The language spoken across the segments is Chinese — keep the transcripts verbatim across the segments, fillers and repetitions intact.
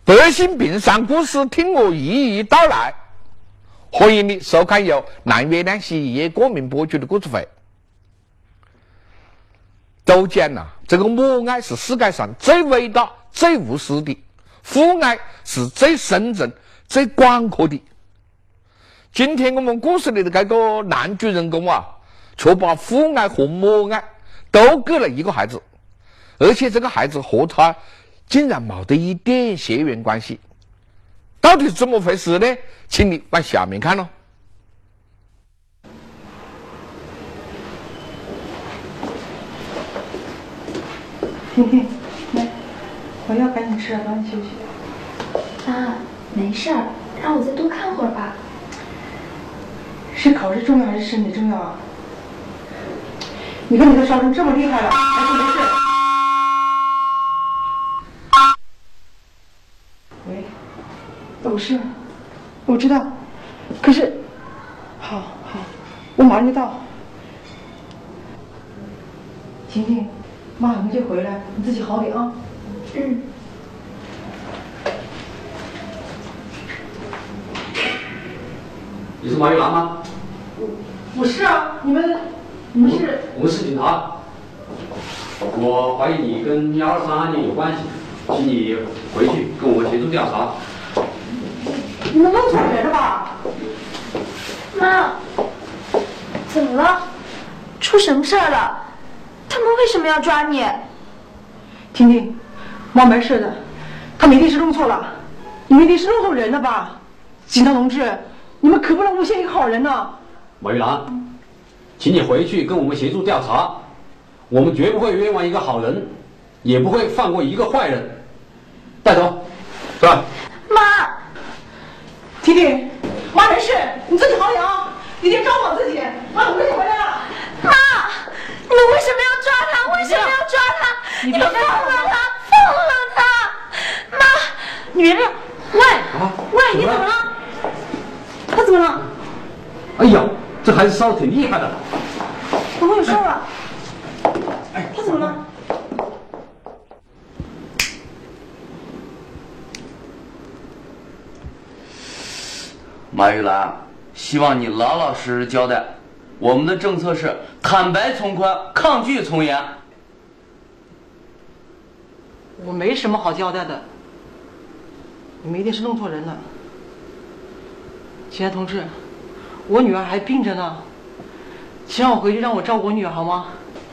百姓平山故事，听我一一道来。欢迎你收看由南月亮洗衣液冠名播出的故事会。都讲了，这个母爱是世界上最伟大、最无私的，父爱是最深沉、最广阔的。今天我们故事里的这个男主人公啊，却把父爱和母爱都给了一个孩子，而且这个孩子和他竟然没得一点血缘关系，到底是怎么回事呢？请你往下面看咯。 婷婷，来，我要赶紧吃了，赶紧休息。 啊，没事儿，让我再多看会儿吧。 是考试重要还是身体重要啊？你看你都烧成这么厉害了，还说没事？喂，有事，我知道，可是，好好，我马上就到。婷婷，妈马上就回来，你自己好点啊。 嗯。 你是马玉兰吗？ 我是啊，你们，你们是？ 我们是警察。我怀疑你跟幺二三案件有关系，请你回去跟我们协助调查。 你们弄错人了吧？ 妈，怎么了？出什么事儿了？他们为什么要抓你？ 婷婷，妈没事的，他们一定是弄错了，你们一定是弄错人了吧？警察同志，你们可不能诬陷一个好人呢。 马玉兰，请你回去跟我们协助调查，我们绝不会冤枉一个好人，也不会放过一个坏人。带走，是吧？ 妈， 婷婷，妈没事，你自己好点啊，一定照顾好自己。妈，我跟你回来了。 妈，你们为什么要抓他？为什么要抓他？你们放了他，放了他！妈， 你别这样。喂， 啊、 喂，你怎么了？他怎么了？ 哎呀，这孩子烧得挺厉害的。 怎么有事了？ 哎， 他怎么了？ 马玉兰，希望你老老实实交代。我们的政策是坦白从宽，抗拒从严。 我没什么好交代的，你们一定是弄错人了。警察同志，我女儿还病着呢，请让我回去让我照顾我女儿好吗？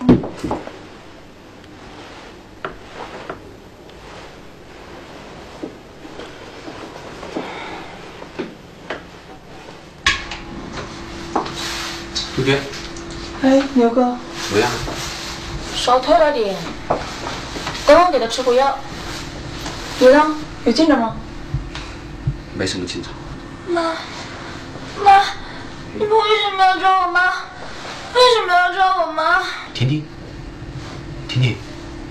杜鹃， 哎，牛哥， 怎么样？ 烧退了点，刚刚给他吃过药。你呢？有进展吗？ 没什么进展。 妈，妈，你们为什么要抓我妈？为什么要抓我妈？ 婷婷，婷婷，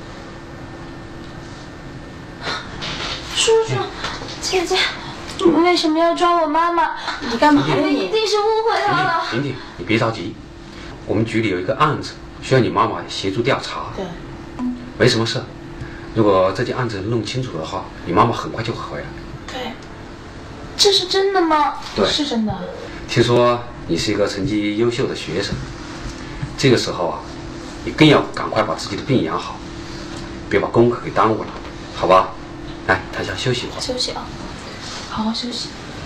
叔叔，姐姐，你们为什么要抓我妈妈？ 你干嘛呀你们你？ 一定是误会她了。 婷婷，你别着急，我们局里有一个案子，需要你妈妈协助调查。 对， 没什么事。如果这件案子弄清楚的话，你妈妈很快就会回来。 对，这是真的吗？ 对， 是真的。 听说你是一个成绩优秀的学生，这个时候啊，你更要赶快把自己的病养好，别把功课给耽误了，好吧？来，躺下休息一会儿。 休息啊，好好休息。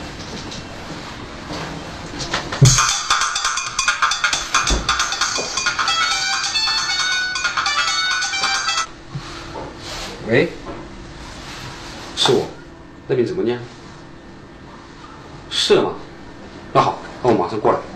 喂，是我，那边怎么样？是吗？那好，那我马上过来。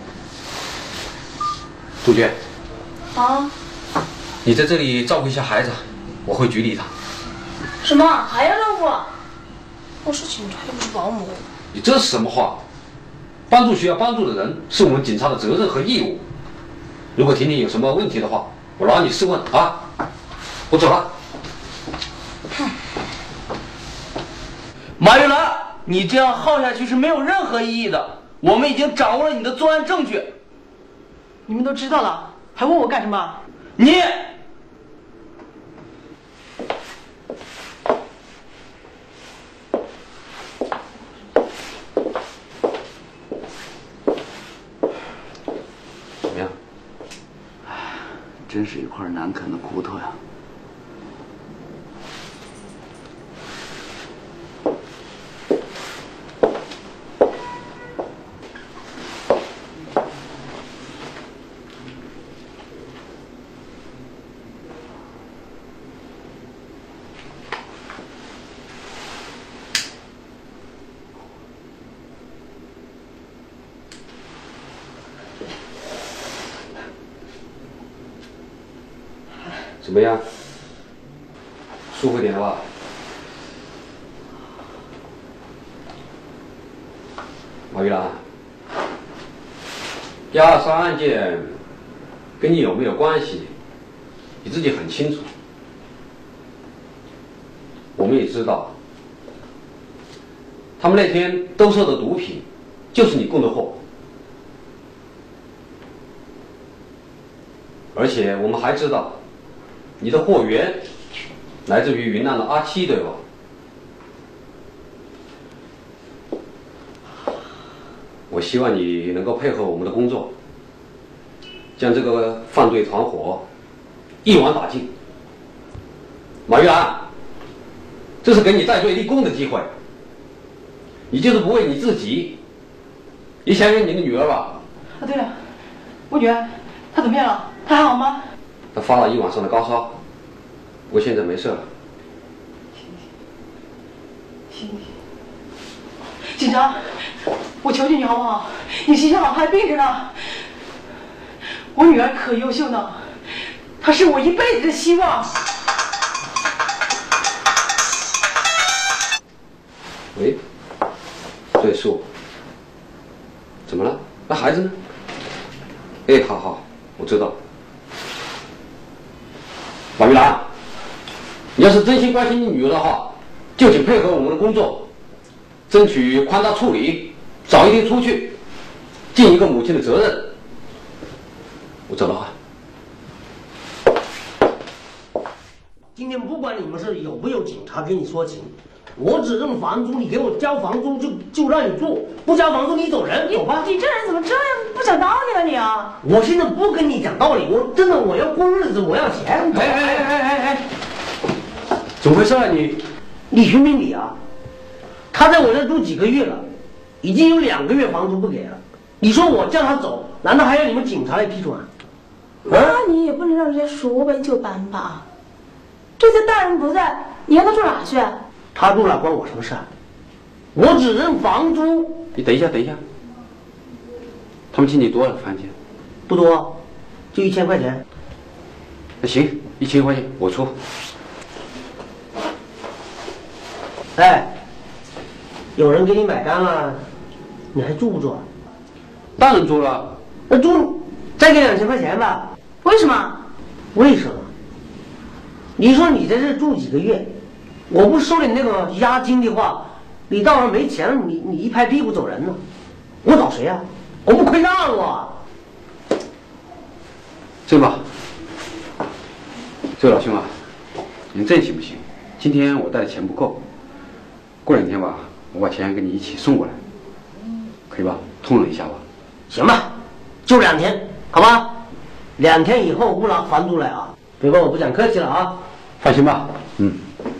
杜鹃， 啊？ 你在这里照顾一下孩子，我回局里一趟。 什么？还要照顾？我是警察，又不是保姆。 你这是什么话？帮助需要帮助的人，是我们警察的责任和义务。如果婷婷有什么问题的话，我拉你试问啊！我走了。 马玉兰，你这样耗下去是没有任何意义的。我们已经掌握了你的作案证据。 你们都知道了，还问我干什么？ 你。 真是一块难啃的骨头呀。 怎么样？舒服点了吧？马玉兰，压杀案件跟你有没有关系，你自己很清楚。我们也知道，他们那天兜售的毒品就是你供的货，而且我们还知道。你的货源来自于云南的阿七，对吧？我希望你能够配合我们的工作，将这个犯罪团伙一网打尽。马玉兰，这是给你戴罪立功的机会，你就是不为你自己，你想想你的女儿吧。 啊，对了，我女儿她怎么样了？她还好吗？ 她发了一晚上的高烧，不过现在没事了。 警察，我求求你好不好？你心情好，她还病着呢。我女儿可优秀呢，她是我一辈子的希望。 喂，对，是我。怎么了？那孩子呢？哎，好好，我知道。马玉兰，你要是真心关心你女儿的话，就请配合我们的工作，争取宽大处理，早一点出去，尽一个母亲的责任。我走了啊。 今天不管你们是有没有警察给你说情，我只认房租，你给我交房租就就让你住，不交房租你走人，走吧。 你这人怎么这样不讲道理了你啊？ 我现在不跟你讲道理，我真的我要过日子，我要钱。 哎哎哎哎哎，怎么回事啊你？ 李学明你啊，他在我这住几个月了，已经有两个月房租不给了。你说我叫他走，难道还要你们警察来批准啊？ 那你也不能让人家说搬就搬吧？这次大人不在，你让他住哪去？ 他住哪关我什么事啊？我只认房租。 你等一下，等一下。他们请你多少房间？ 不多，就一千块钱。 那行，一千块钱我出。 哎，有人给你买单了，你还住不住啊？ 当然住了。 那住，再给两千块钱吧。 为什么？ 为什么？你说你在这住几个月，我不收你那个押金的话，你到时候没钱了，你你一拍屁股走人了，我找谁啊？我不亏大了啊！ 这样吧，这位老兄啊，您这样行不行？今天我带的钱不够，过两天吧，我把钱给你一起送过来，可以吧？通融一下吧。 行吧，就两天，好吧？两天以后不拿房租来啊！别怪我不讲客气了啊！ 放心吧，嗯。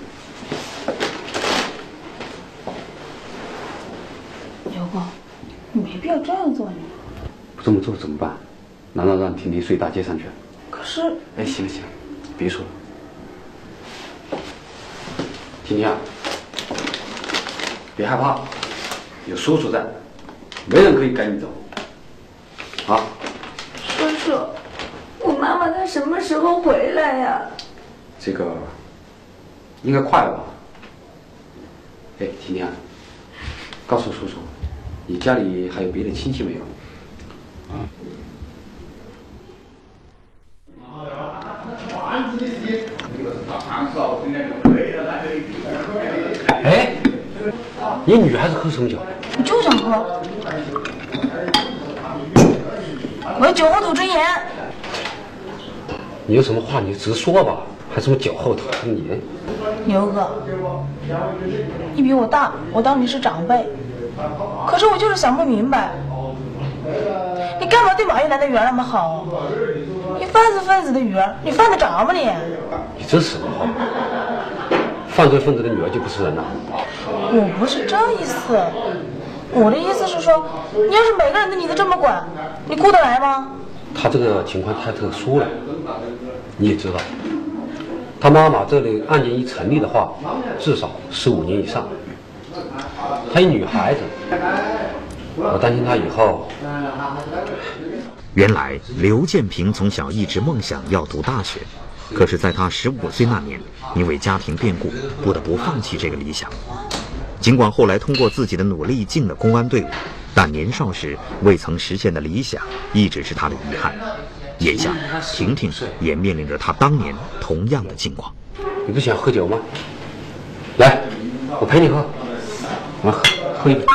刘哥，你没必要这样做你。 不这么做怎么办？难道让婷婷睡大街上去？ 可是， 哎，行了行了，别说了。婷婷啊，别害怕，有叔叔在，没人可以赶你走。啊， 叔叔，我妈妈她什么时候回来呀？ 这个应该快了吧？哎，婷婷啊，告诉叔叔，你家里还有别的亲戚没有？啊。哎，你女孩子喝什么酒？ 我就想喝，我有酒后吐真言。 你有什么话你就直说吧，还什么酒后吐真言？ 牛哥，你比我大，我当你是长辈，可是我就是想不明白，你干嘛对马玉兰的女儿那么好？ 你贩子分子的女儿，你犯得着吗你？ 你这是什么话？犯罪分子的女儿就不是人了？ 我不是这意思，我的意思是说，你要是每个人的你都这么管，你顾得来吗？ 他这个情况太特殊了，你也知道，他妈妈这类案件一成立的话，至少十五年以上。她一女孩子，我担心她以后。 原来刘建平从小一直梦想要读大学，可是在他十五岁那年，因为家庭变故，不得不放弃这个理想。尽管后来通过自己的努力进了公安队伍，但年少时未曾实现的理想一直是他的遗憾。眼下婷婷也面临着他当年同样的境况。 你不想喝酒吗？来，我陪你喝，我喝喝一杯。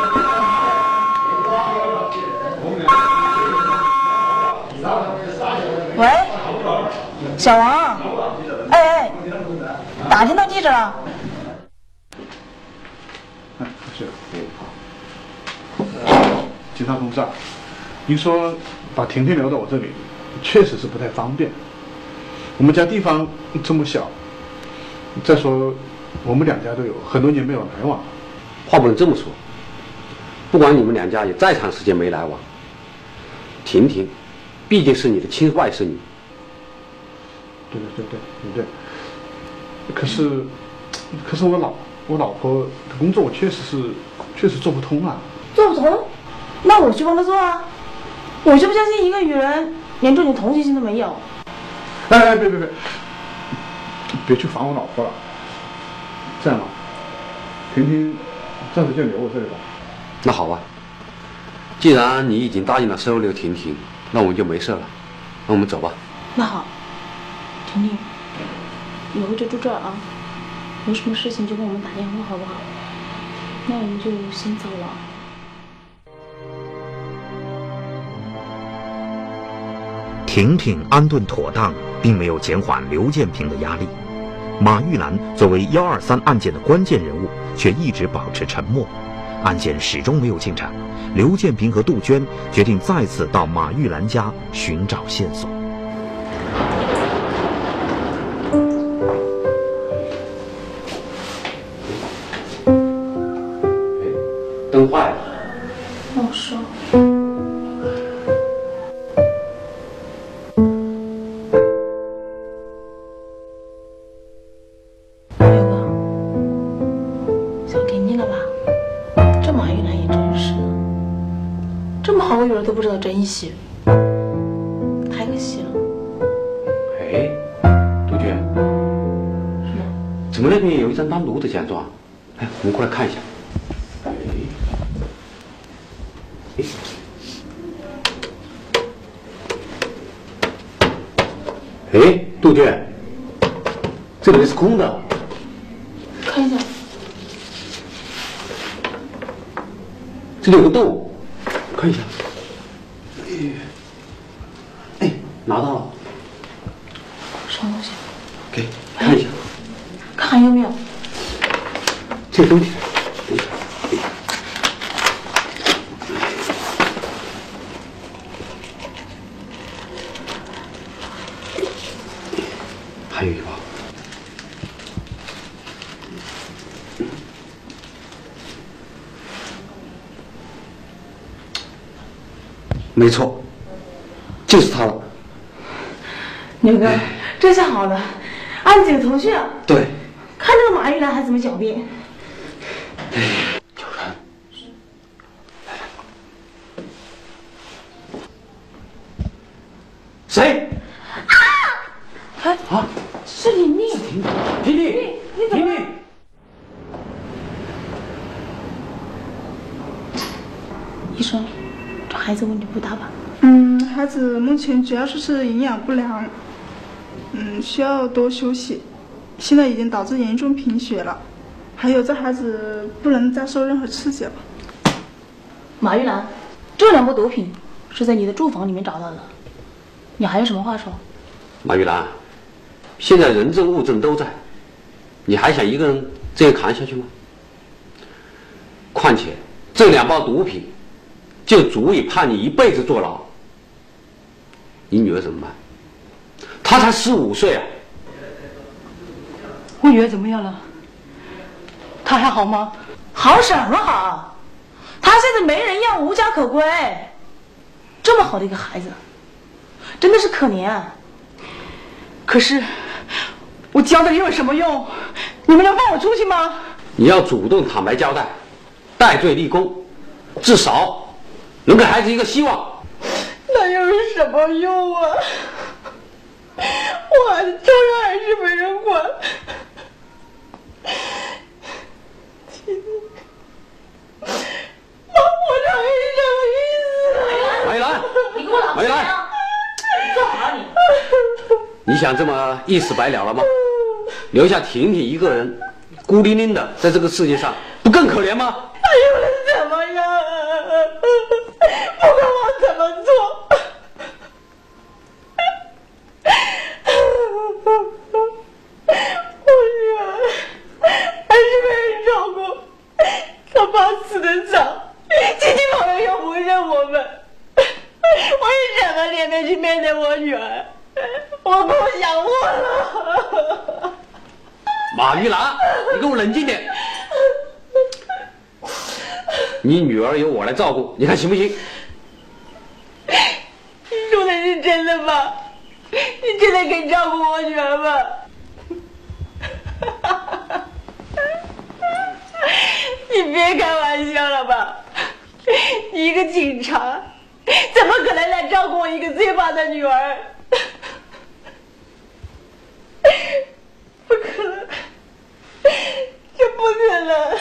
喂，小王，哎哎，打听到地址了。 哎，是。警察同志啊，您说把婷婷留到我这里，确实是不太方便。我们家地方这么小，再说我们两家都有很多年没有来往。 话不能这么说，不管你们两家有再长时间没来往，婷婷毕竟是你的亲外甥女。 对对对对对对。可是，可是我老我老婆的工作我确实是确实做不通啊。 做不通？那我去帮她做啊！我就不相信一个女人连这种同情心都没有。 哎哎，别别别，别去烦我老婆了。这样吧，婷婷暂时就留我这里吧。 那好吧，既然你已经答应了收留婷婷，那我们就没事了。那我们走吧。 那好，婷婷，以后就住这儿啊，有什么事情就跟我们打电话好不好？那我们就先走了。 婷婷安顿妥当，并没有减缓刘建平的压力。马玉兰作为幺二三案件的关键人物，却一直保持沉默，案件始终没有进展。刘建平和杜鹃决定再次到马玉兰家寻找线索。 灯坏了。 老师。都不知道珍惜，太可惜了。 哎，杜鹃， 什么？ 怎么那边有一张单独的奖状？哎，我们过来看一下。哎，哎，杜鹃，这里是空的。 看一下， 这里有个洞，看一下。哎，拿到了。 什么东西？ 给看一下， 看还有没有？ 这个东西，还有一个。没错，就是他了。 牛哥，这下好了，案件有头绪了。 对， 看这个马玉兰还怎么狡辩。 有人，谁？ 啊！哎啊！ 是婷婷。 婷婷， 你怎么？医生。孩子问题不大吧？ 嗯，孩子目前主要是是营养不良，嗯，需要多休息。现在已经导致严重贫血了，还有这孩子不能再受任何刺激了。 马玉兰，这两包毒品是在你的住房里面找到的，你还有什么话说？ 马玉兰，现在人证物证都在，你还想一个人这样扛下去吗？况且这两包毒品就足以判你一辈子坐牢。你女儿怎么办？ 她才十五岁啊。 我女儿怎么样了？她还好吗？ 好什么好？她现在没人要，无家可归。这么好的一个孩子，真的是可怜啊。 可是我交代又有什么用？你们能放我出去吗？ 你要主动坦白交代，戴罪立功，至少能给孩子一个希望。 那又有什么用啊？我孩子照样还是没人管。妈，我这还是什么意思？ 马玉兰， 你给我老实点啊！你坐好你。 你想这么一死百了了吗？留下婷婷一个人孤零零的在这个世界上，不更可怜吗？ 那又能怎么样？不管我怎么做，我女儿还是没人照顾，她爸死得早，亲戚朋友又不认我们，我以什么脸面去面对我女儿？我不想活了。 马玉兰，你给我冷静点。你女儿由我来照顾，你看行不行？ 你说的是真的吗？你真的可以照顾我女儿吗？你别开玩笑了吧！你一个警察，怎么可能来照顾我一个罪犯的女儿？不可能，这不可能！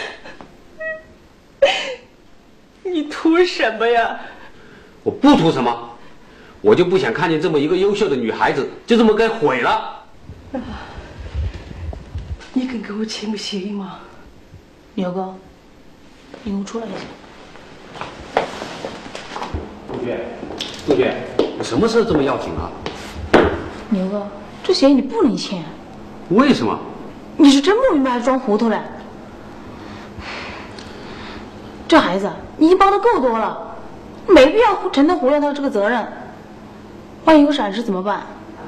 你图什么呀？ 我不图什么，我就不想看见这么一个优秀的女孩子就这么给毁了。 你肯给我签个协议吗？ 牛哥，你给我出来一下。 杜鹃，杜鹃，你什么事这么要紧啊？ 牛哥，这协议你不能签。 为什么？ 你是真不明白还是装糊涂嘞？这孩子你已经帮的够多了，没必要承担忽略他这个责任。万一有闪失怎么办？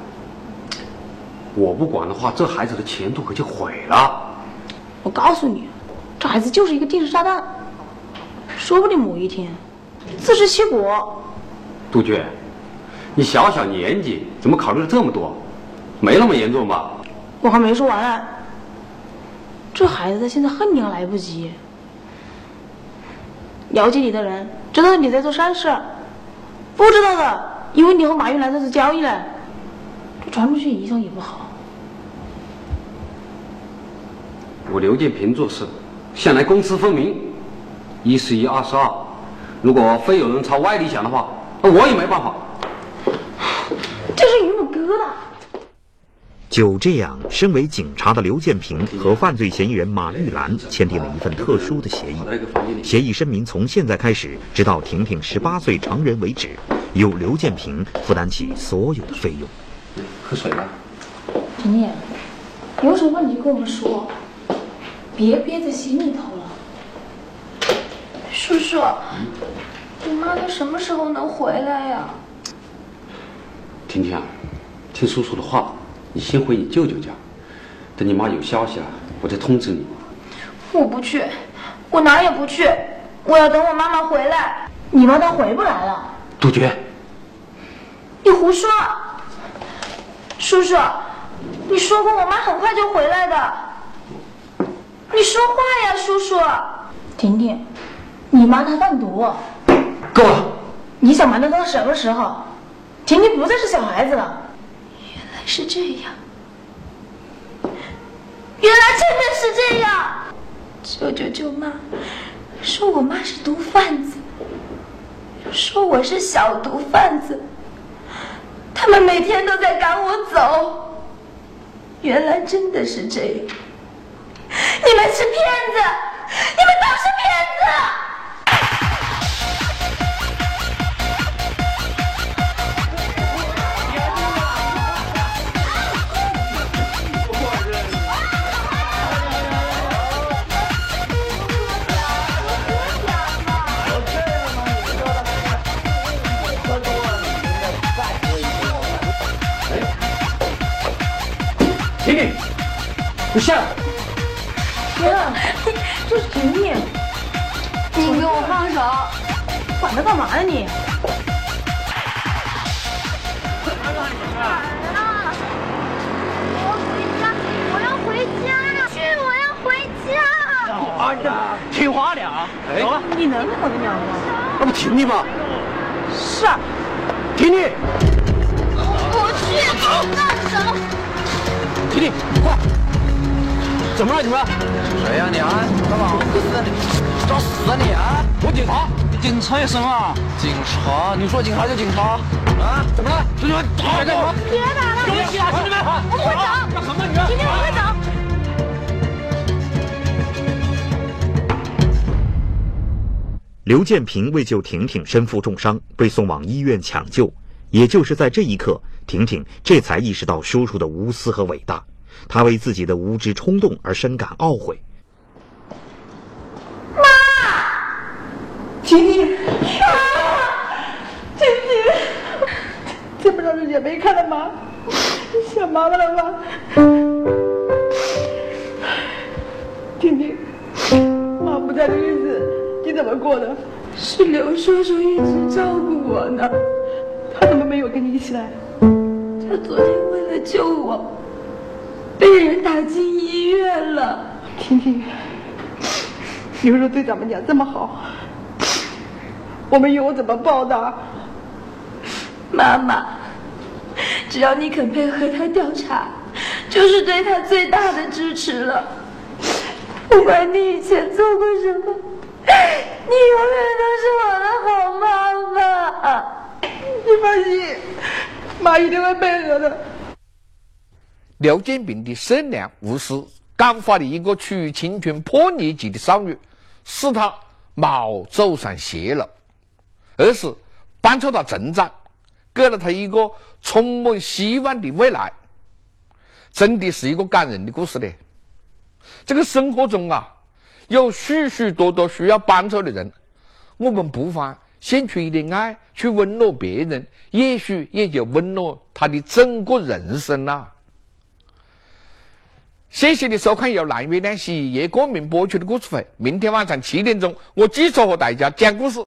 我不管的话，这孩子的前途可就毁了。 我告诉你，这孩子就是一个定时炸弹，说不定某一天自食其果。 杜鹃，你小小年纪怎么考虑了这么多？没那么严重吧？ 我还没说完呢。这孩子现在恨你还来不及。了解你的人知道你在做善事，不知道的以为你和马玉兰在做交易了，这传出去影响也不好。 我刘建平做事向来公私分明，一是一，二是二。如果非有人朝歪理想的话，那我也没办法。 这是榆木疙瘩。 就这样，身为警察的刘建平和犯罪嫌疑人马玉兰签订了一份特殊的协议。协议声明，从现在开始，直到婷婷十八岁成人为止，由刘建平负担起所有的费用。 喝水了。 婷婷，有什么话你就跟我们说，别憋在心里头了。 叔叔，我妈她什么时候能回来呀？ 婷婷啊，听叔叔的话。你先回你舅舅家，等你妈有消息了，我再通知你。 我不去，我哪儿也不去，我要等我妈妈回来。 你妈她回不来了。 杜鹃， 你胡说！叔叔，你说过我妈很快就回来的。你说话呀，叔叔！ 婷婷，你妈她贩毒。 够了！ 你想瞒着她到什么时候？婷婷不再是小孩子了。 是这样，原来真的是这样。舅舅舅妈说我妈是毒贩子，说我是小毒贩子，他们每天都在赶我走。原来真的是这样，你们是骗子，你们都是骗子。 你下来。 天啊，这是婷婷，你给我放手！管他干嘛呀你？ 我要回家，去，我要回家。 啊，这听话点啊！走了， 你能跑得了吗？ 那不婷婷吗？ 是啊， 婷婷， 我去，放手！ 婷婷，快！怎么了你们？ 谁呀你啊？干嘛？找死啊你啊！ 我警察。 警察也生啊？警察？你说警察就警察？啊？怎么了？兄弟们，打干什么？ 别打了！ 兄弟们，兄弟们， 我会走。 干什么你？ 今天我会走。 刘建平为救婷婷身负重伤，被送往医院抢救。也就是在这一刻，婷婷这才意识到叔叔的无私和伟大。她为自己的无知冲动而深感懊悔。 妈，婷婷，啊，婷婷，这么长时间没看到妈，想妈妈了吗？婷婷，妈不在的日子你怎么过的？是刘叔叔一直照顾我呢，他怎么没有跟你一起来？他昨天为了救我，被人打进医院了。婷婷，刘叔对咱们家这么好，我们以后怎么报答？妈妈，只要你肯配合他调查，就是对他最大的支持了。不管你以前做过什么，你永远都是我的好妈妈。你放心，妈一定会配合的。 刘建平的善良无私，感化了一个处于青春叛逆期的少女，使她冇走上邪路，而是帮助她成长，给了她一个充满希望的未来。真的是一个感人的故事呢。这个生活中啊，有许许多多需要帮助的人，我们不妨献出一点爱去温暖别人，也许也就温暖他的整个人生啊。谢谢你收看由蓝月亮洗衣液冠名播出的故事会，明天晚上七点钟，我继续和大家讲故事。